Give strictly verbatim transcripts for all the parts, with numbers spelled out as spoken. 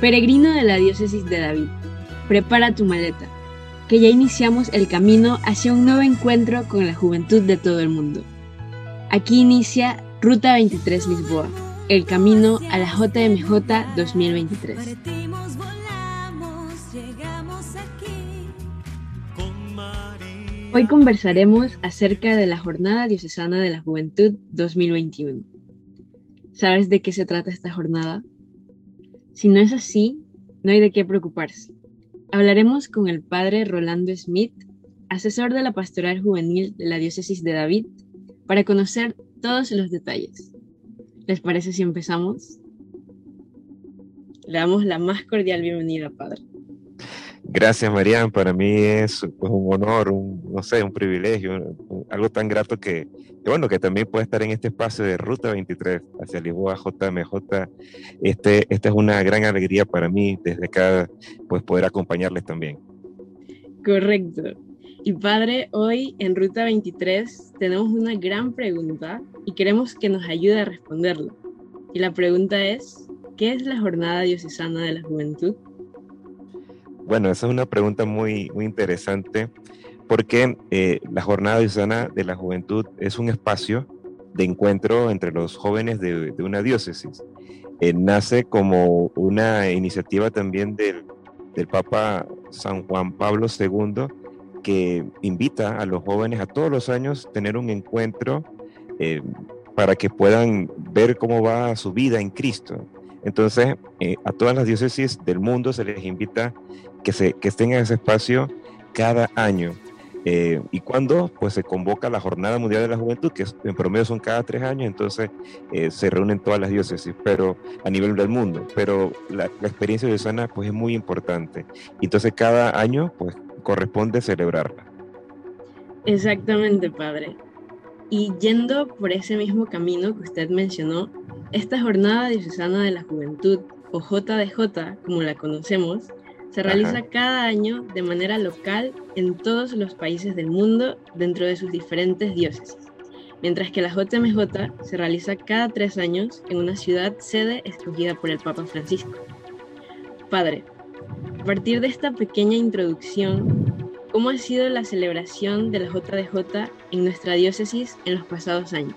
Peregrino de la diócesis de David, prepara tu maleta, que ya iniciamos el camino hacia un nuevo encuentro con la juventud de todo el mundo. Aquí inicia Ruta veintitrés Lisboa, el camino a la J M J dos mil veintitrés. Hoy conversaremos acerca de la Jornada Diocesana de la Juventud dos mil veintiuno. ¿Sabes de qué se trata esta jornada? Si no es así, no hay de qué preocuparse. Hablaremos con el padre Rolando Smith, asesor de la Pastoral Juvenil de la Diócesis de David, para conocer todos los detalles. ¿Les parece si empezamos? Le damos la más cordial bienvenida, padre. Gracias, Marian. Para mí es pues, un honor, un, no sé, un privilegio, un, algo tan grato que, que, bueno, que también puede estar en este espacio de Ruta veintitrés hacia Lisboa, J M J. Este, esta es una gran alegría para mí desde acá, pues poder acompañarles también. Correcto. Y padre, hoy en Ruta veintitrés tenemos una gran pregunta y queremos que nos ayude a responderla. Y la pregunta es, ¿qué es la Jornada Diocesana de la Juventud? Bueno, esa es una pregunta muy, muy interesante porque eh, la Jornada Diocesana de la Juventud es un espacio de encuentro entre los jóvenes de, de una diócesis. Eh, nace como una iniciativa también del, del Papa San Juan Pablo segundo, que invita a los jóvenes a todos los años tener un encuentro eh, para que puedan ver cómo va su vida en Cristo. Entonces, eh, a todas las diócesis del mundo se les invita que, se, que estén en ese espacio cada año. Eh, ¿Y cuándo? Pues se convoca la Jornada Mundial de la Juventud, que en promedio son cada tres años, entonces eh, se reúnen todas las diócesis, pero a nivel del mundo. Pero la, la experiencia diocesana pues, es muy importante. Entonces, cada año pues, corresponde celebrarla. Exactamente, padre. Y yendo por ese mismo camino que usted mencionó, esta Jornada Diocesana de la Juventud, o J D J, como la conocemos, se realiza Ajá. cada año de manera local en todos los países del mundo dentro de sus diferentes diócesis, mientras que la J M J se realiza cada tres años en una ciudad sede escogida por el Papa Francisco. Padre, a partir de esta pequeña introducción, ¿cómo ha sido la celebración de la J D J en nuestra diócesis en los pasados años?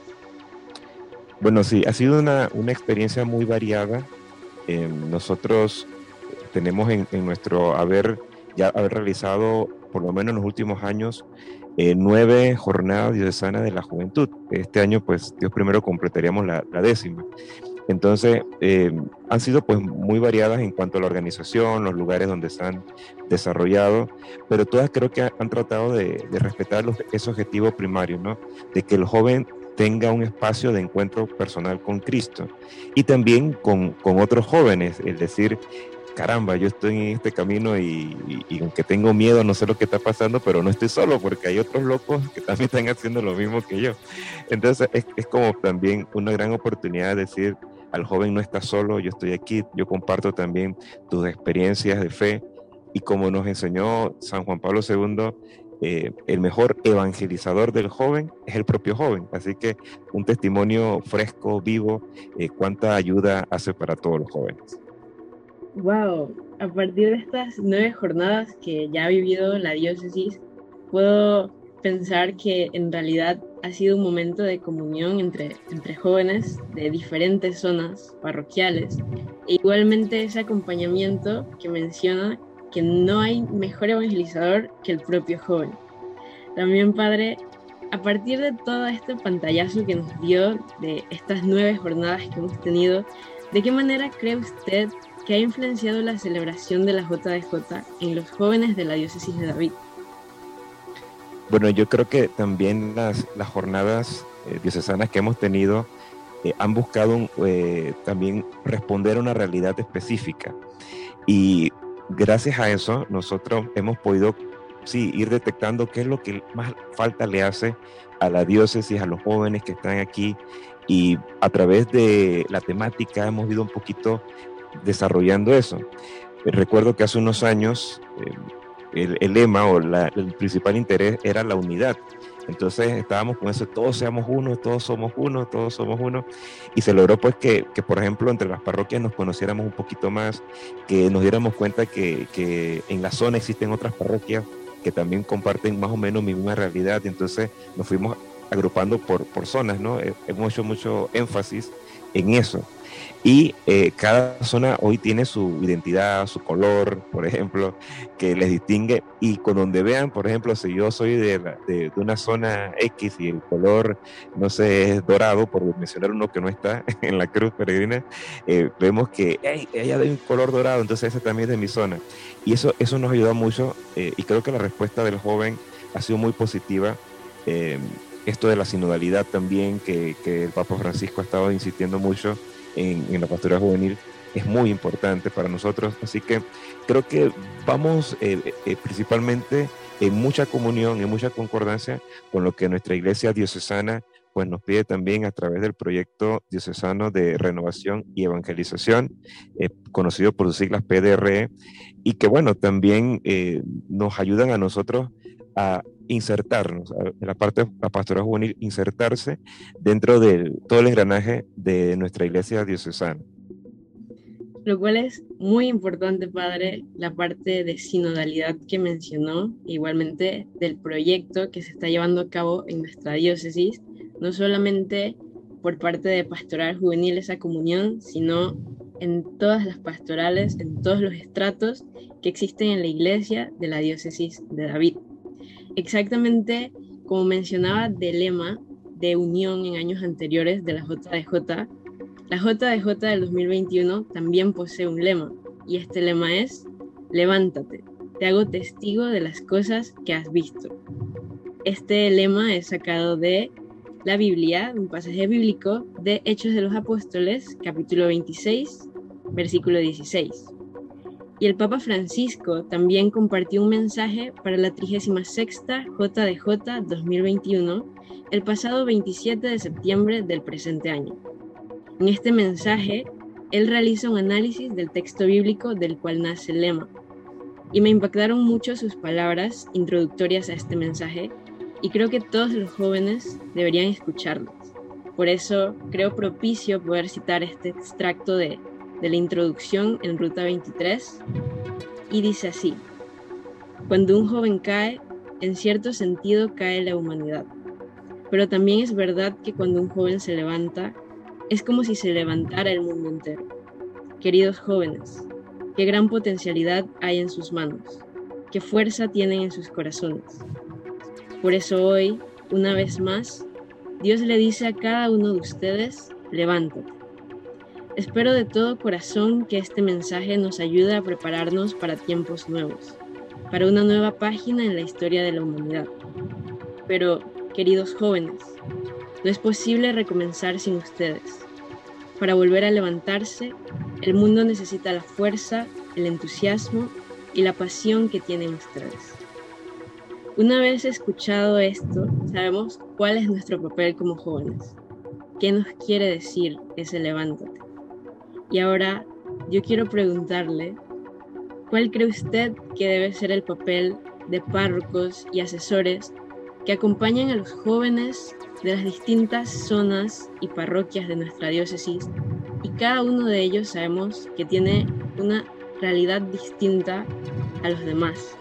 Bueno, sí, ha sido una, una experiencia muy variada. Eh, nosotros tenemos en, en nuestro haber, ya haber realizado, por lo menos en los últimos años, eh, nueve jornadas diocesanas de la juventud. Este año, pues, Dios primero completaríamos la, la décima. Entonces, eh, han sido pues muy variadas en cuanto a la organización, los lugares donde se han desarrollado, pero todas creo que han tratado de, de respetar los, ese objetivo primario, ¿no? De que el joven tenga un espacio de encuentro personal con Cristo y también con, con otros jóvenes, es decir, caramba, yo estoy en este camino y, y, y aunque tengo miedo, no sé lo que está pasando, pero no estoy solo porque hay otros locos que también están haciendo lo mismo que yo. Entonces es, es como también una gran oportunidad de decir al joven, no estás solo, yo estoy aquí, yo comparto también tus experiencias de fe y como nos enseñó San Juan Pablo segundo, eh, el mejor evangelizador del joven es el propio joven, así que un testimonio fresco, vivo, eh, cuánta ayuda hace para todos los jóvenes. Wow, a partir de estas nueve jornadas que ya ha vivido la diócesis, puedo pensar que en realidad ha sido un momento de comunión entre, entre jóvenes de diferentes zonas parroquiales e igualmente ese acompañamiento que menciona que no hay mejor evangelizador que el propio joven. También, padre, a partir de todo este pantallazo que nos dio de estas nueve jornadas que hemos tenido, ¿de qué manera cree usted que ha influenciado la celebración de la J D J en los jóvenes de la diócesis de David? Bueno, yo creo que también las, las jornadas eh, diocesanas que hemos tenido eh, han buscado eh, también responder a una realidad específica. Y gracias a eso nosotros hemos podido sí, ir detectando qué es lo que más falta le hace a la diócesis, a los jóvenes que están aquí. Y a través de la temática hemos ido un poquito desarrollando eso. Eh, recuerdo que hace unos años... Eh, El, el lema o la, el principal interés era la unidad. Entonces estábamos con eso, todos seamos uno, todos somos uno, todos somos uno, y se logró pues que, que por ejemplo, entre las parroquias nos conociéramos un poquito más, que nos diéramos cuenta que, que en la zona existen otras parroquias que también comparten más o menos mi misma realidad, y entonces nos fuimos agrupando por, por zonas, ¿no? Hemos hecho mucho énfasis en eso. Y eh, cada zona hoy tiene su identidad, su color, por ejemplo, que les distingue. Y con donde vean, por ejemplo, si yo soy de, la, de, de una zona X y el color, no sé, es dorado, por mencionar uno que no está en la cruz peregrina, eh, vemos que hey, ella da un color dorado, entonces ese también es de mi zona. Y eso, eso nos ayuda mucho, eh, y creo que la respuesta del joven ha sido muy positiva. Eh, esto de la sinodalidad también, que, que el Papa Francisco ha estado insistiendo mucho en, en la pastoral juvenil, es muy importante para nosotros. Así que creo que vamos eh, eh, principalmente en mucha comunión, en mucha concordancia con lo que nuestra iglesia diocesana pues nos pide también a través del proyecto diocesano de renovación y evangelización, eh, conocido por sus siglas P D R E, y que bueno, también eh, nos ayudan a nosotros a insertarnos, en la parte de la pastoral juvenil, insertarse dentro de todo el engranaje de nuestra iglesia diocesana. Lo cual es muy importante, padre, la parte de sinodalidad que mencionó, igualmente del proyecto que se está llevando a cabo en nuestra diócesis, no solamente por parte de Pastoral Juvenil esa comunión, sino en todas las pastorales, en todos los estratos que existen en la iglesia de la diócesis de David. Exactamente como mencionaba del lema de unión en años anteriores de la J D J, la J D J del dos mil veintiuno también posee un lema, y este lema es: levántate, te hago testigo de las cosas que has visto. Este lema es sacado de la Biblia, un pasaje bíblico de Hechos de los Apóstoles, capítulo veintiséis, versículo dieciséis. Y el Papa Francisco también compartió un mensaje para la trigésima sexta J D J dos mil veintiuno el pasado veintisiete de septiembre del presente año. En este mensaje, él realiza un análisis del texto bíblico del cual nace el lema, y me impactaron mucho sus palabras introductorias a este mensaje, y creo que todos los jóvenes deberían escucharlas. Por eso creo propicio poder citar este extracto de, de la introducción en Ruta veintitrés, y dice así: cuando un joven cae, en cierto sentido cae la humanidad, pero también es verdad que cuando un joven se levanta, es como si se levantara el mundo entero. Queridos jóvenes, qué gran potencialidad hay en sus manos, qué fuerza tienen en sus corazones. Por eso hoy, una vez más, Dios le dice a cada uno de ustedes: levántate. Espero de todo corazón que este mensaje nos ayude a prepararnos para tiempos nuevos, para una nueva página en la historia de la humanidad. Pero, queridos jóvenes, no es posible recomenzar sin ustedes. Para volver a levantarse, el mundo necesita la fuerza, el entusiasmo y la pasión que tienen ustedes. Una vez escuchado esto, sabemos cuál es nuestro papel como jóvenes. ¿Qué nos quiere decir ese levántate? Y ahora yo quiero preguntarle, ¿cuál cree usted que debe ser el papel de párrocos y asesores que acompañan a los jóvenes de las distintas zonas y parroquias de nuestra diócesis? Y cada uno de ellos sabemos que tiene una realidad distinta a los demás.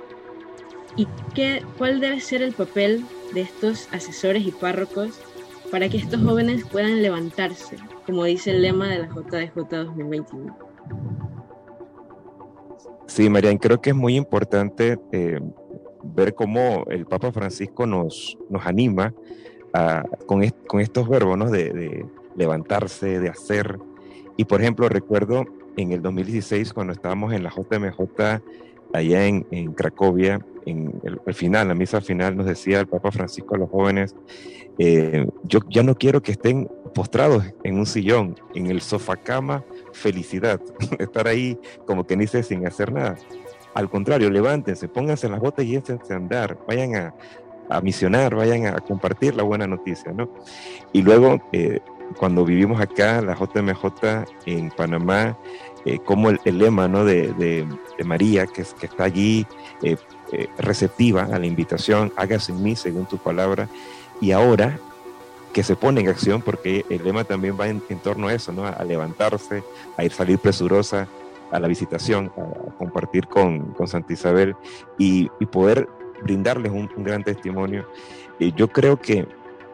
¿Y qué, cuál debe ser el papel de estos asesores y párrocos para que estos jóvenes puedan levantarse, como dice el lema de la J D J dos mil veintiuno? Sí, Marian, creo que es muy importante eh, ver cómo el Papa Francisco nos, nos anima a, con, est, con estos verbos, ¿no? de, de levantarse, de hacer. Y por ejemplo, recuerdo en el dos mil dieciséis, cuando estábamos en la J M J allá en, en Cracovia, en el, el final, la misa final, nos decía el Papa Francisco a los jóvenes: eh, yo ya no quiero que estén postrados en un sillón, en el sofá cama, felicidad, estar ahí como que dice sin hacer nada. Al contrario, levántense, pónganse las botas y échense a andar, vayan a, a misionar, vayan a compartir la buena noticia, ¿no? Y luego, eh, cuando vivimos acá, la J M J en Panamá, eh, como el, el lema, ¿no? de, de, de María, que, que está allí eh, eh, receptiva a la invitación, hágase en mí según tu palabra, y ahora que se pone en acción, porque el lema también va en, en torno a eso, ¿no? A levantarse, a ir salir presurosa a la visitación, a, a compartir con, con Santa Isabel y, y poder brindarles un, un gran testimonio. Eh, yo creo que,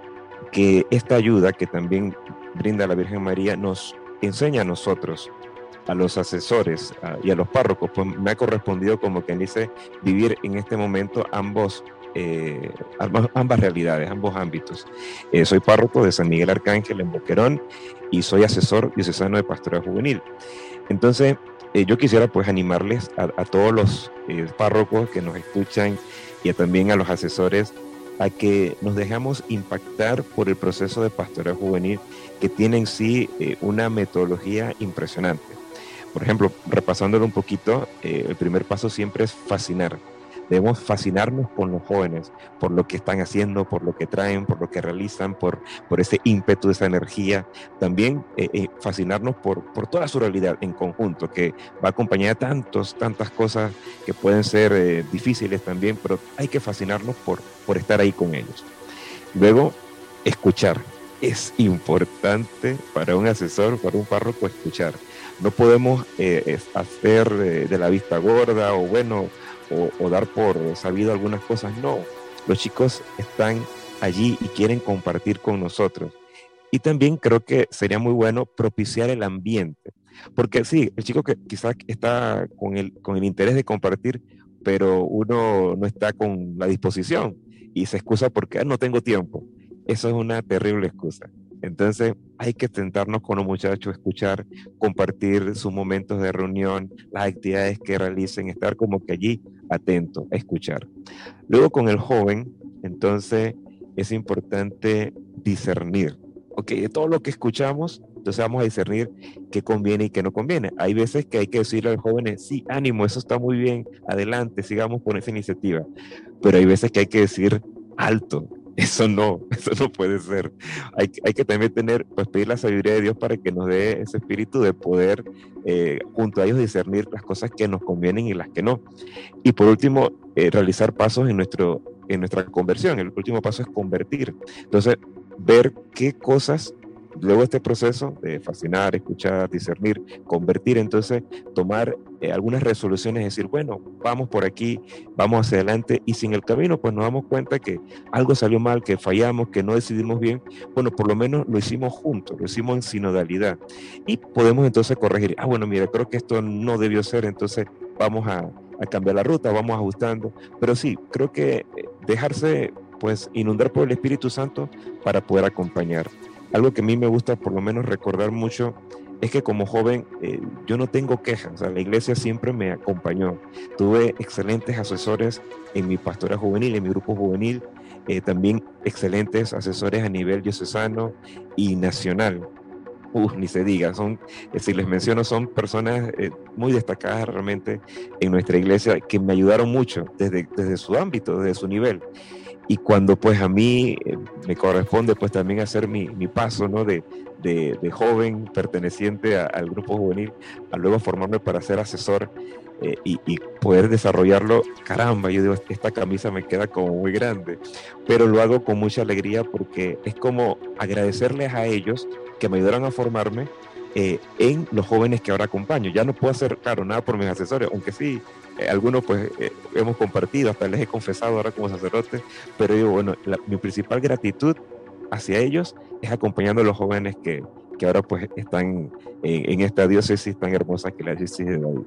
que esta ayuda que también brinda la Virgen María nos enseña a nosotros, a los asesores a, y a los párrocos, pues me ha correspondido, como quien dice, vivir en este momento ambos Eh, ambas realidades, ambos ámbitos. Eh, soy párroco de San Miguel Arcángel en Boquerón y soy asesor diocesano de pastoral juvenil. Entonces, eh, yo quisiera pues animarles a, a todos los eh, párrocos que nos escuchan y a, también a los asesores a que nos dejamos impactar por el proceso de pastoral juvenil que tiene en sí eh, una metodología impresionante. Por ejemplo, repasándolo un poquito, eh, el primer paso siempre es fascinar. Debemos fascinarnos con los jóvenes, por lo que están haciendo, por lo que traen, por lo que realizan, por, por ese ímpetu, esa energía. También eh, eh, fascinarnos por, por toda su realidad en conjunto, que va acompañada de tantos, tantas cosas que pueden ser eh, difíciles también, pero hay que fascinarnos por, por estar ahí con ellos. Luego, escuchar. Es importante para un asesor, para un párroco, escuchar. No podemos eh, hacer eh, de la vista gorda o bueno, O, o dar por sabido algunas cosas. No, los chicos están allí y quieren compartir con nosotros. Y también creo que sería muy bueno propiciar el ambiente, porque sí, el chico que quizás está con el, con el interés de compartir, pero uno no está con la disposición y se excusa porque ah, no tengo tiempo. Eso es una terrible excusa. Entonces hay que sentarnos con los muchachos, escuchar, compartir sus momentos de reunión, las actividades que realicen, estar como que allí atento a escuchar. Luego con el joven, entonces es importante discernir. Ok, de todo lo que escuchamos, entonces vamos a discernir qué conviene y qué no conviene. Hay veces que hay que decirle a los jóvenes, sí, ánimo, eso está muy bien, adelante, sigamos con esa iniciativa. Pero hay veces que hay que decir, alto, eso no, eso no puede ser. Hay, hay que también tener, pues pedir la sabiduría de Dios para que nos dé ese espíritu de poder eh, junto a ellos discernir las cosas que nos convienen y las que no. Y por último, eh, realizar pasos en, nuestro, en nuestra conversión. El último paso es convertir. Entonces, ver qué cosas, luego de este proceso de fascinar, escuchar, discernir, convertir, entonces tomar eh, algunas resoluciones, decir, bueno, vamos por aquí, vamos hacia adelante, y si en el camino pues nos damos cuenta que algo salió mal, que fallamos, que no decidimos bien, bueno, por lo menos lo hicimos juntos, lo hicimos en sinodalidad, y podemos entonces corregir, ah, bueno, mira, creo que esto no debió ser, entonces vamos a, a cambiar la ruta, vamos ajustando, pero sí, creo que dejarse pues inundar por el Espíritu Santo para poder acompañar. Algo que a mí me gusta por lo menos recordar mucho es que como joven eh, yo no tengo quejas, o sea, la iglesia siempre me acompañó. Tuve excelentes asesores en mi pastoral juvenil, en mi grupo juvenil, eh, también excelentes asesores a nivel diocesano y nacional. Uf, ni se diga, son, eh, si les menciono, son personas eh, muy destacadas realmente en nuestra iglesia que me ayudaron mucho desde, desde su ámbito, desde su nivel. Y cuando pues a mí eh, me corresponde pues también hacer mi, mi paso, ¿no? de, de, de joven perteneciente a, al grupo juvenil, a luego formarme para ser asesor eh, y, y poder desarrollarlo, caramba, yo digo, esta camisa me queda como muy grande, pero lo hago con mucha alegría porque es como agradecerles a ellos que me ayudaron a formarme eh, en los jóvenes que ahora acompaño. Ya no puedo hacer, claro, nada por mis asesores, aunque sí, eh, algunos pues eh, hemos compartido, hasta les he confesado ahora como sacerdote, pero digo, bueno, la, mi principal gratitud hacia ellos es acompañando a los jóvenes que, que ahora pues están en, en esta diócesis tan hermosa que es la diócesis de David.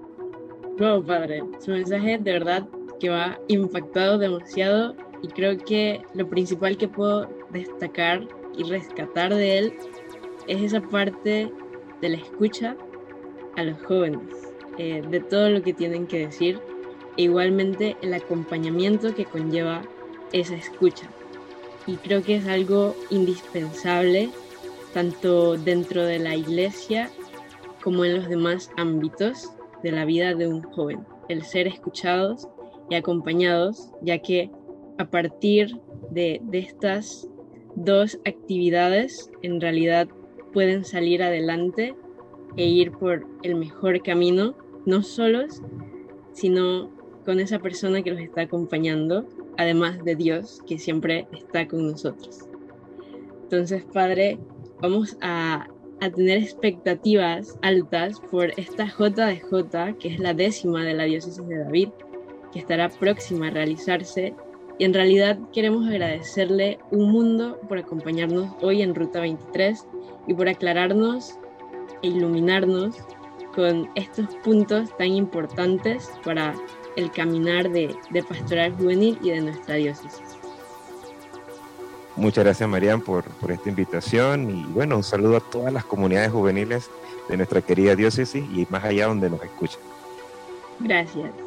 Wow, padre, su mensaje de verdad que me ha impactado demasiado y creo que lo principal que puedo destacar y rescatar de él es esa parte de la escucha a los jóvenes, eh, de todo lo que tienen que decir, e igualmente el acompañamiento que conlleva esa escucha. Y creo que es algo indispensable tanto dentro de la iglesia como en los demás ámbitos de la vida de un joven, el ser escuchados y acompañados, ya que a partir de, de estas dos actividades en realidad pueden salir adelante e ir por el mejor camino, no solos, sino con esa persona que los está acompañando, además de Dios, que siempre está con nosotros. Entonces, Padre, vamos a, a tener expectativas altas por esta J D J, que es la décima de la diócesis de David, que estará próxima a realizarse, y en realidad queremos agradecerle un mundo por acompañarnos hoy en Ruta veintitrés y por aclararnos e iluminarnos con estos puntos tan importantes para el caminar de, de pastoral juvenil y de nuestra diócesis. Muchas gracias, Marian, por, por esta invitación, y bueno, un saludo a todas las comunidades juveniles de nuestra querida diócesis y más allá donde nos escuchan. Gracias.